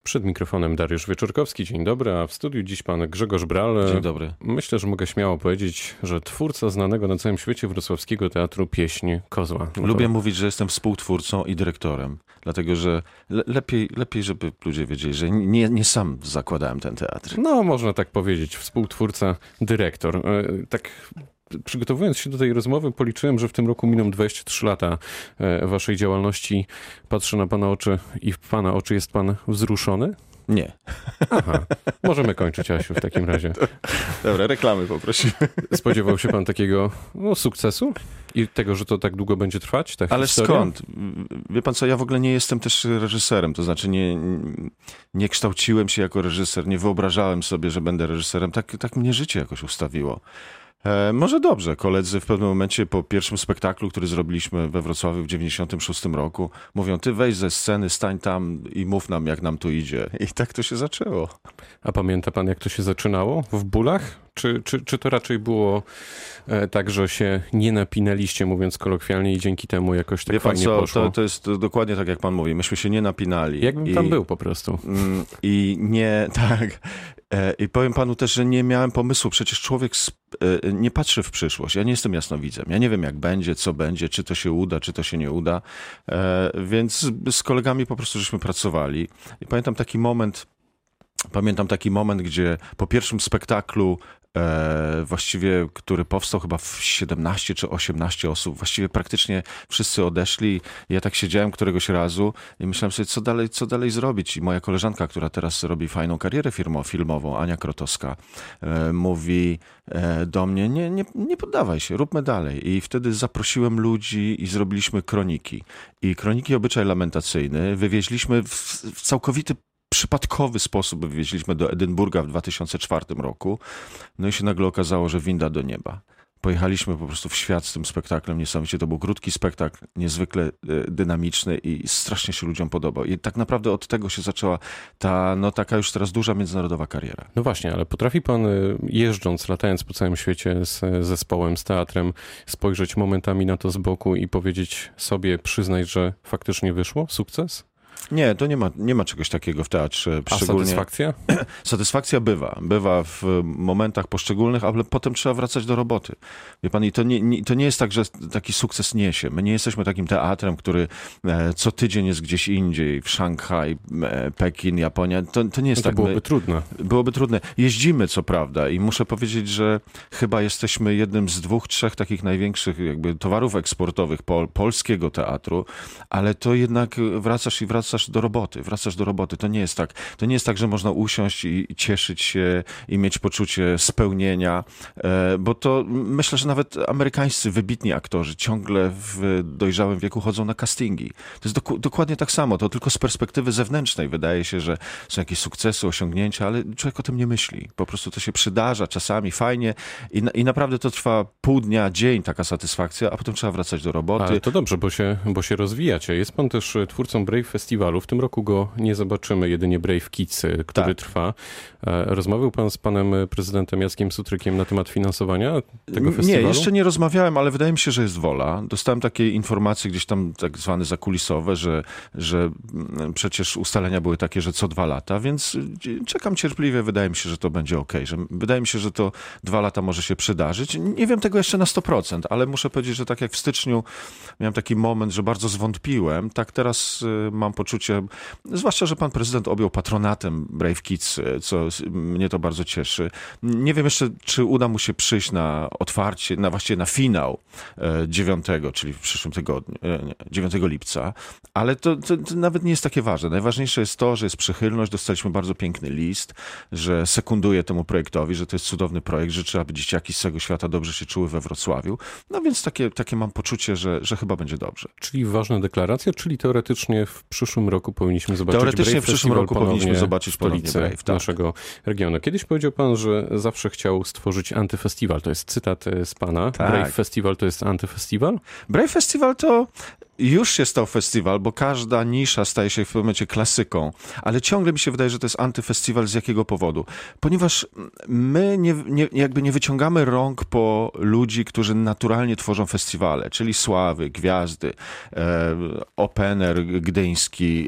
Przed mikrofonem Dariusz Wieczorkowski. Dzień dobry, a w studiu dziś pan Grzegorz Bral. Dzień dobry. Myślę, że mogę śmiało powiedzieć, że twórca znanego na całym świecie wrocławskiego teatru Pieśń Kozła. Lubię mówić, że jestem współtwórcą i dyrektorem, dlatego że lepiej, żeby ludzie wiedzieli, że nie sam zakładałem ten teatr. No, można tak powiedzieć. Współtwórca, dyrektor. Tak... Przygotowując się do tej rozmowy, policzyłem, że w tym roku miną 23 lata waszej działalności. Patrzę na pana oczy i w pana oczy jest pan wzruszony? Nie. Aha, możemy kończyć, Asiu, w takim razie. Dobra, reklamy poprosimy. Spodziewał się pan takiego sukcesu? I tego, że to tak długo będzie trwać? Ta Ale historia? skąd? Wie pan co, ja w ogóle nie jestem też reżyserem, to znaczy nie kształciłem się jako reżyser, nie wyobrażałem sobie, że będę reżyserem. Tak mnie życie jakoś ustawiło. Może dobrze. Koledzy w pewnym momencie po pierwszym spektaklu, który zrobiliśmy we Wrocławiu w 96 roku, mówią, ty weź ze sceny, stań tam i mów nam, jak nam tu idzie. I tak to się zaczęło. A pamięta pan, jak to się zaczynało? W bólach? Czy to raczej było tak, że się nie napinaliście, mówiąc kolokwialnie, i dzięki temu jakoś tak fajnie poszło? To jest dokładnie tak, jak pan mówi. Myśmy się nie napinali. Jakbym tam był po prostu. I nie, tak. I powiem panu też, że nie miałem pomysłu. Przecież człowiek nie patrzy w przyszłość. Ja nie jestem jasnowidzem. Ja nie wiem, jak będzie, co będzie, czy to się uda, czy to się nie uda. Więc z kolegami po prostu żeśmy pracowali. I pamiętam taki moment, gdzie po pierwszym spektaklu właściwie, który powstał chyba w 17 czy 18 osób, właściwie praktycznie wszyscy odeszli. Ja tak siedziałem któregoś razu i myślałem sobie, co dalej zrobić. I moja koleżanka, która teraz robi fajną karierę filmową, Ania Krotowska, mówi do mnie, nie poddawaj się, róbmy dalej. I wtedy zaprosiłem ludzi i zrobiliśmy kroniki. I kroniki Obyczaj Lamentacyjny wywieźliśmy w całkowity przypadkowy sposób wywieźliśmy do Edynburga w 2004 roku. No i się nagle okazało, że winda do nieba. Pojechaliśmy po prostu w świat z tym spektaklem. Niesamowicie to był krótki spektakl, niezwykle dynamiczny i strasznie się ludziom podobał. I tak naprawdę od tego się zaczęła ta, taka już teraz duża międzynarodowa kariera. No właśnie, ale potrafi pan jeżdżąc, latając po całym świecie z zespołem, z teatrem, spojrzeć momentami na to z boku i powiedzieć sobie, przyznać, że faktycznie wyszło? Sukces? Nie, to nie ma czegoś takiego w teatrze. A satysfakcja? Satysfakcja bywa w momentach poszczególnych, ale potem trzeba wracać do roboty. Wie pan, i to nie jest tak, że taki sukces niesie. My nie jesteśmy takim teatrem, który co tydzień jest gdzieś indziej, w Szanghaj, Pekin, Japonia. To nie jest tak. Byłoby trudne. Byłoby trudne. Jeździmy, co prawda, i muszę powiedzieć, że chyba jesteśmy jednym z 2-3 takich największych jakby towarów eksportowych polskiego teatru, ale to jednak wracasz do roboty. To nie jest tak, że można usiąść i cieszyć się i mieć poczucie spełnienia, bo to myślę, że nawet amerykańscy wybitni aktorzy ciągle w dojrzałym wieku chodzą na castingi. To jest dokładnie tak samo, to tylko z perspektywy zewnętrznej wydaje się, że są jakieś sukcesy, osiągnięcia, ale człowiek o tym nie myśli. Po prostu to się przydarza czasami, fajnie i naprawdę to trwa pół dnia, dzień taka satysfakcja, a potem trzeba wracać do roboty. Ale to dobrze, bo się rozwijacie. Jest pan też twórcą Brave Festiwalu. W tym roku go nie zobaczymy, jedynie Brave Kids, który trwa. Rozmawiał pan z panem prezydentem Jackiem Sutrykiem na temat finansowania tego festiwalu? Nie, jeszcze nie rozmawiałem, ale wydaje mi się, że jest wola. Dostałem takie informacje gdzieś tam tak zwane zakulisowe, że przecież ustalenia były takie, że co 2 lata, więc czekam cierpliwie. Wydaje mi się, że to będzie okej. Wydaje mi się, że to 2 lata może się przydarzyć. Nie wiem tego jeszcze na 100%, ale muszę powiedzieć, że tak jak w styczniu miałem taki moment, że bardzo zwątpiłem, tak teraz mam poczucie, zwłaszcza, że pan prezydent objął patronatem Brave Kids, co mnie to bardzo cieszy. Nie wiem jeszcze, czy uda mu się przyjść na otwarcie, właściwie na finał 9, czyli w przyszłym tygodniu, 9 lipca, ale to nawet nie jest takie ważne. Najważniejsze jest to, że jest przychylność, dostaliśmy bardzo piękny list, że sekunduje temu projektowi, że to jest cudowny projekt, że trzeba, aby dzieciaki z całego świata dobrze się czuły we Wrocławiu. No więc takie mam poczucie, że chyba będzie dobrze. Czyli ważna deklaracja, czyli teoretycznie w przyszłym roku powinniśmy zobaczyć Teoretycznie Brave w przyszłym roku powinniśmy zobaczyć stolicy Brave, naszego regionu. Kiedyś powiedział pan, że zawsze chciał stworzyć antyfestiwal. To jest cytat z pana. Tak. Brave Festival to jest antyfestiwal? Brave Festival to już się stał festiwal, bo każda nisza staje się w pewnym momencie klasyką, ale ciągle mi się wydaje, że to jest antyfestiwal z jakiego powodu? Ponieważ my jakby nie wyciągamy rąk po ludzi, którzy naturalnie tworzą festiwale, czyli Sławy, Gwiazdy, Opener Gdyński,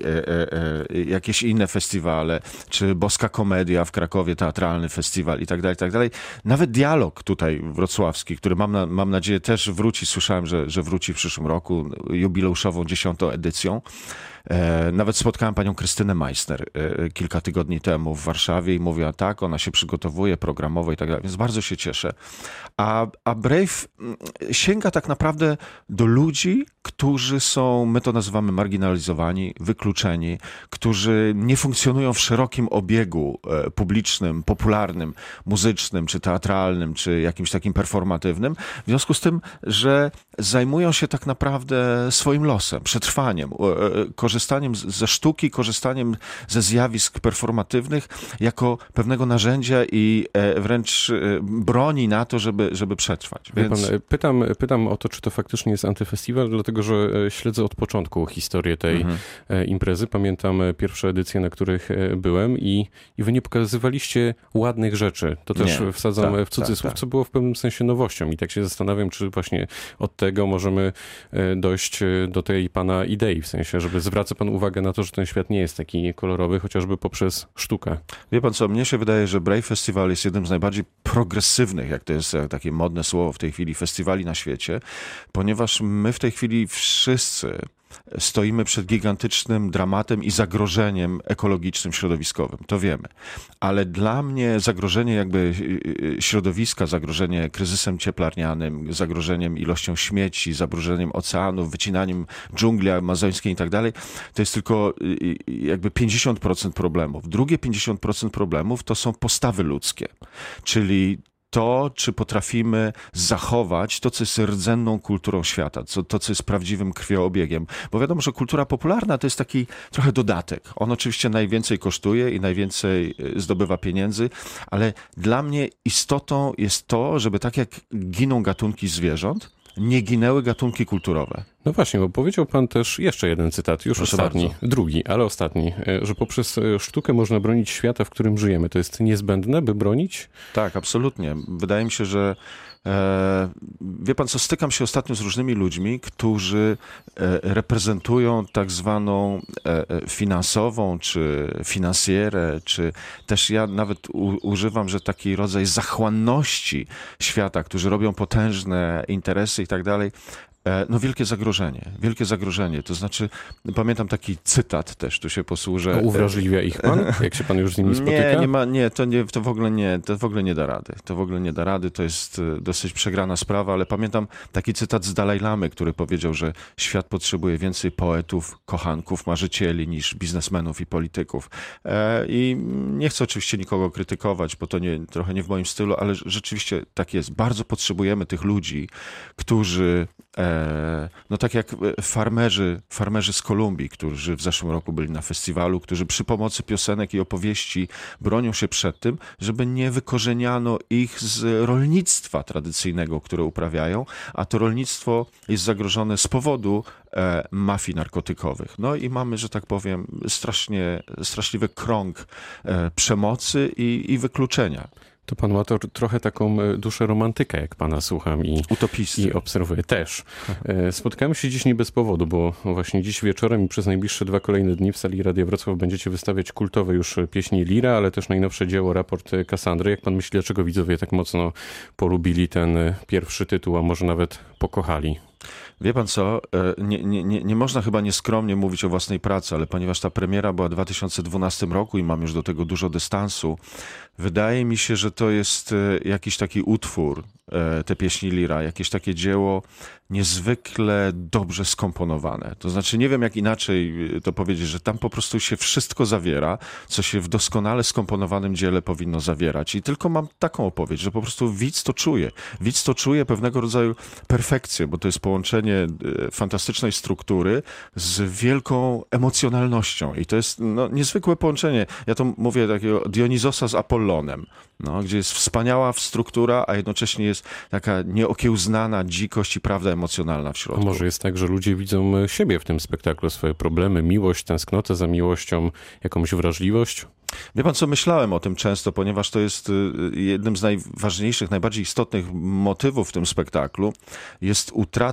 jakieś inne festiwale, czy Boska Komedia w Krakowie, teatralny festiwal i tak dalej, i tak dalej. Nawet Dialog tutaj wrocławski, który mam nadzieję też wróci, słyszałem, że wróci w przyszłym roku, jubileuszową 10. edycją. Nawet spotkałem panią Krystynę Meissner kilka tygodni temu w Warszawie i mówiła tak, ona się przygotowuje programowo i tak dalej, więc bardzo się cieszę. A Brave sięga tak naprawdę do ludzi, którzy są, my to nazywamy marginalizowani, wykluczeni, którzy nie funkcjonują w szerokim obiegu publicznym, popularnym, muzycznym, czy teatralnym, czy jakimś takim performatywnym, w związku z tym, że zajmują się tak naprawdę swoim losem, przetrwaniem, korzystaniem ze sztuki, korzystaniem ze zjawisk performatywnych jako pewnego narzędzia i wręcz broni na to, żeby przetrwać. Więc... Pan, pytam o to, czy to faktycznie jest antyfestiwal, dlatego że śledzę od początku historię tej imprezy. Pamiętam pierwsze edycje, na których byłem i wy nie pokazywaliście ładnych rzeczy. To też wsadzam w cudzysłów, co było w pewnym sensie nowością. I tak się zastanawiam, czy właśnie od tego możemy dojść do tej pana idei, w sensie, żeby zwraca pan uwagę na to, że ten świat nie jest taki kolorowy, chociażby poprzez sztukę. Wie pan co, mnie się wydaje, że Brave Festival jest jednym z najbardziej progresywnych, jak to jest takie modne słowo w tej chwili, festiwali na świecie, ponieważ my w tej chwili wszyscy stoimy przed gigantycznym dramatem i zagrożeniem ekologicznym, środowiskowym. To wiemy. Ale dla mnie zagrożenie jakby środowiska, zagrożenie kryzysem cieplarnianym, zagrożeniem ilością śmieci, zagrożeniem oceanów, wycinaniem dżungli amazońskiej i tak dalej, to jest tylko jakby 50% problemów. Drugie 50% problemów to są postawy ludzkie. Czyli to, czy potrafimy zachować to, co jest rdzenną kulturą świata, to, co jest prawdziwym krwioobiegiem. Bo wiadomo, że kultura popularna to jest taki trochę dodatek. On oczywiście najwięcej kosztuje i najwięcej zdobywa pieniędzy, ale dla mnie istotą jest to, żeby tak jak giną gatunki zwierząt, nie ginęły gatunki kulturowe. No właśnie, bo powiedział pan też jeszcze jeden cytat, już Proszę ostatni, bardzo. drugi, ale ostatni, że poprzez sztukę można bronić świata, w którym żyjemy. To jest niezbędne, by bronić? Tak, absolutnie. Wydaje mi się, że wie pan co, stykam się ostatnio z różnymi ludźmi, którzy reprezentują tak zwaną finansową, czy finansjerę, czy też ja nawet używam, że taki rodzaj zachłanności świata, którzy robią potężne interesy i tak dalej. No wielkie zagrożenie. To znaczy, pamiętam taki cytat też, tu się posłużę. Uwrażliwia ich pan, jak się pan już z nimi spotyka? To w ogóle nie da rady. To w ogóle nie da rady, to jest dosyć przegrana sprawa, ale pamiętam taki cytat z Dalaj Lamy, który powiedział, że świat potrzebuje więcej poetów, kochanków, marzycieli niż biznesmenów i polityków. I nie chcę oczywiście nikogo krytykować, bo to trochę nie w moim stylu, ale rzeczywiście tak jest. Bardzo potrzebujemy tych ludzi, którzy no tak jak farmerzy z Kolumbii, którzy w zeszłym roku byli na festiwalu, którzy przy pomocy piosenek i opowieści bronią się przed tym, żeby nie wykorzeniano ich z rolnictwa tradycyjnego, które uprawiają, a to rolnictwo jest zagrożone z powodu mafii narkotykowych. No i mamy, że tak powiem, straszliwy krąg przemocy i wykluczenia. To pan ma trochę taką duszę romantyka, jak pana słucham i obserwuję też. Spotkamy się dziś nie bez powodu, bo właśnie dziś wieczorem i przez najbliższe 2 kolejne dni w sali Radia Wrocław będziecie wystawiać kultowe już pieśni Lira, ale też najnowsze dzieło Raport Kassandry. Jak pan myśli, dlaczego widzowie tak mocno polubili ten pierwszy tytuł, a może nawet pokochali? Wie pan co, nie można chyba nieskromnie mówić o własnej pracy, ale ponieważ ta premiera była w 2012 roku i mam już do tego dużo dystansu, wydaje mi się, że to jest jakiś taki utwór, te pieśni Lira, jakieś takie dzieło niezwykle dobrze skomponowane. To znaczy, nie wiem jak inaczej to powiedzieć, że tam po prostu się wszystko zawiera, co się w doskonale skomponowanym dziele powinno zawierać. I tylko mam taką opowieść, że po prostu widz to czuje. Widz to czuje pewnego rodzaju perfekcję, bo to jest połączenie fantastycznej struktury z wielką emocjonalnością. I to jest niezwykłe połączenie. Ja to mówię takiego Dionizosa z Apollonem, gdzie jest wspaniała struktura, a jednocześnie jest taka nieokiełznana dzikość i prawda emocjonalna w A środku. może jest tak, że ludzie widzą siebie w tym spektaklu, swoje problemy, miłość, tęsknotę za miłością, jakąś wrażliwość? Wie pan co, myślałem o tym często, ponieważ to jest jednym z najważniejszych, najbardziej istotnych motywów w tym spektaklu, jest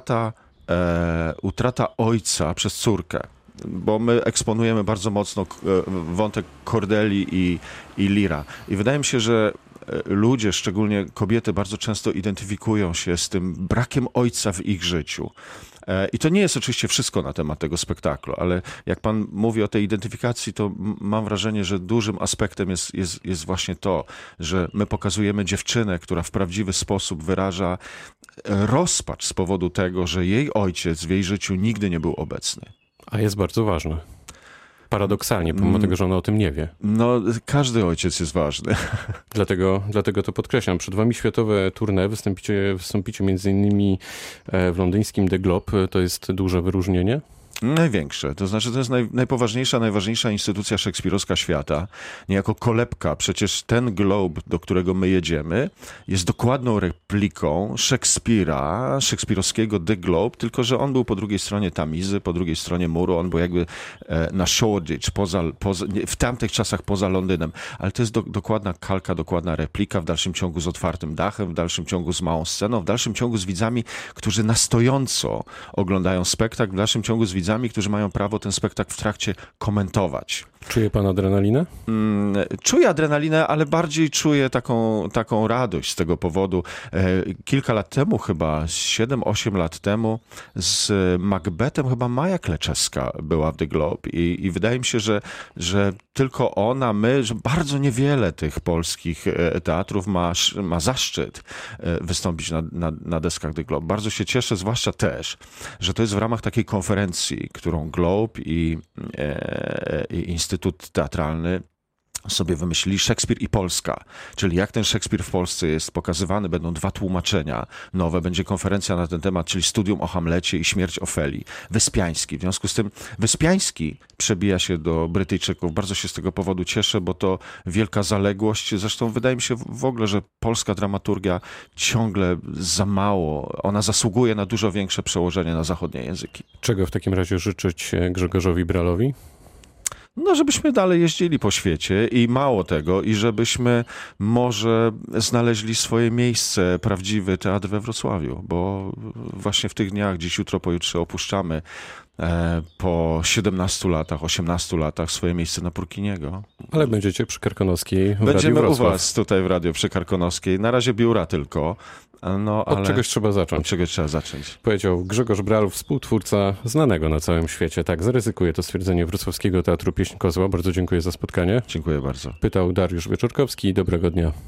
utrata ojca przez córkę. Bo my eksponujemy bardzo mocno wątek Cordeli i Lira. I wydaje mi się, że ludzie, szczególnie kobiety, bardzo często identyfikują się z tym brakiem ojca w ich życiu. I to nie jest oczywiście wszystko na temat tego spektaklu, ale jak pan mówi o tej identyfikacji, to mam wrażenie, że dużym aspektem jest właśnie to, że my pokazujemy dziewczynę, która w prawdziwy sposób wyraża rozpacz z powodu tego, że jej ojciec w jej życiu nigdy nie był obecny. A jest bardzo ważne. Paradoksalnie, pomimo tego, że ona o tym nie wie. No, każdy ojciec jest ważny. Dlatego to podkreślam. Przed wami światowe tournée, wystąpicie między innymi w londyńskim The Globe. To jest duże wyróżnienie? Największe. To znaczy, to jest najważniejsza instytucja szekspirowska świata. Niejako kolebka. Przecież ten Globe, do którego my jedziemy, jest dokładną repliką szekspirowskiego The Globe, tylko że on był po drugiej stronie Tamizy, po drugiej stronie muru. On był jakby na Shoreditch, w tamtych czasach poza Londynem. Ale to jest dokładna kalka, dokładna replika, w dalszym ciągu z otwartym dachem, w dalszym ciągu z małą sceną, w dalszym ciągu z widzami, którzy na stojąco oglądają spektakl, w dalszym ciągu z widzami, którzy mają prawo ten spektakl w trakcie komentować. Czuje pan adrenalinę? Czuję adrenalinę, ale bardziej czuję taką radość z tego powodu. Kilka lat temu, chyba 7-8 lat temu, z Macbethem chyba Maja Kleczewska była w The Globe i wydaje mi się, że tylko ona, my, że bardzo niewiele tych polskich teatrów ma zaszczyt wystąpić na deskach The Globe. Bardzo się cieszę, zwłaszcza też, że to jest w ramach takiej konferencji, którą Globe i Instytut Teatralny sobie wymyślili, Szekspir i Polska. Czyli jak ten Szekspir w Polsce jest pokazywany, będą 2 tłumaczenia nowe, będzie konferencja na ten temat, czyli studium o Hamlecie i śmierć Ofeli. Wyspiański. W związku z tym Wyspiański przebija się do Brytyjczyków. Bardzo się z tego powodu cieszę, bo to wielka zaległość. Zresztą wydaje mi się w ogóle, że polska dramaturgia ciągle za mało. Ona zasługuje na dużo większe przełożenie na zachodnie języki. Czego w takim razie życzyć Grzegorzowi Bralowi? No, żebyśmy dalej jeździli po świecie i mało tego, i żebyśmy może znaleźli swoje miejsce, prawdziwy teatr we Wrocławiu, bo właśnie w tych dniach, dziś, jutro, pojutrze opuszczamy po 17 latach, 18 latach swoje miejsce na Purkiniego. Ale będziecie przy Karkonoskiej w Będziemy Radiu u Wrocław. was tutaj w Radiu przy Karkonoskiej. Na razie biura tylko. No, ale Od czegoś trzeba zacząć. Od czegoś trzeba zacząć. Powiedział Grzegorz Bral, współtwórca znanego na całym świecie. Tak, zaryzykuję to stwierdzenie Wrocławskiego Teatru Pieśń Kozła. Bardzo dziękuję za spotkanie. Dziękuję bardzo. Pytał Dariusz Wieczorkowski. Dobrego dnia.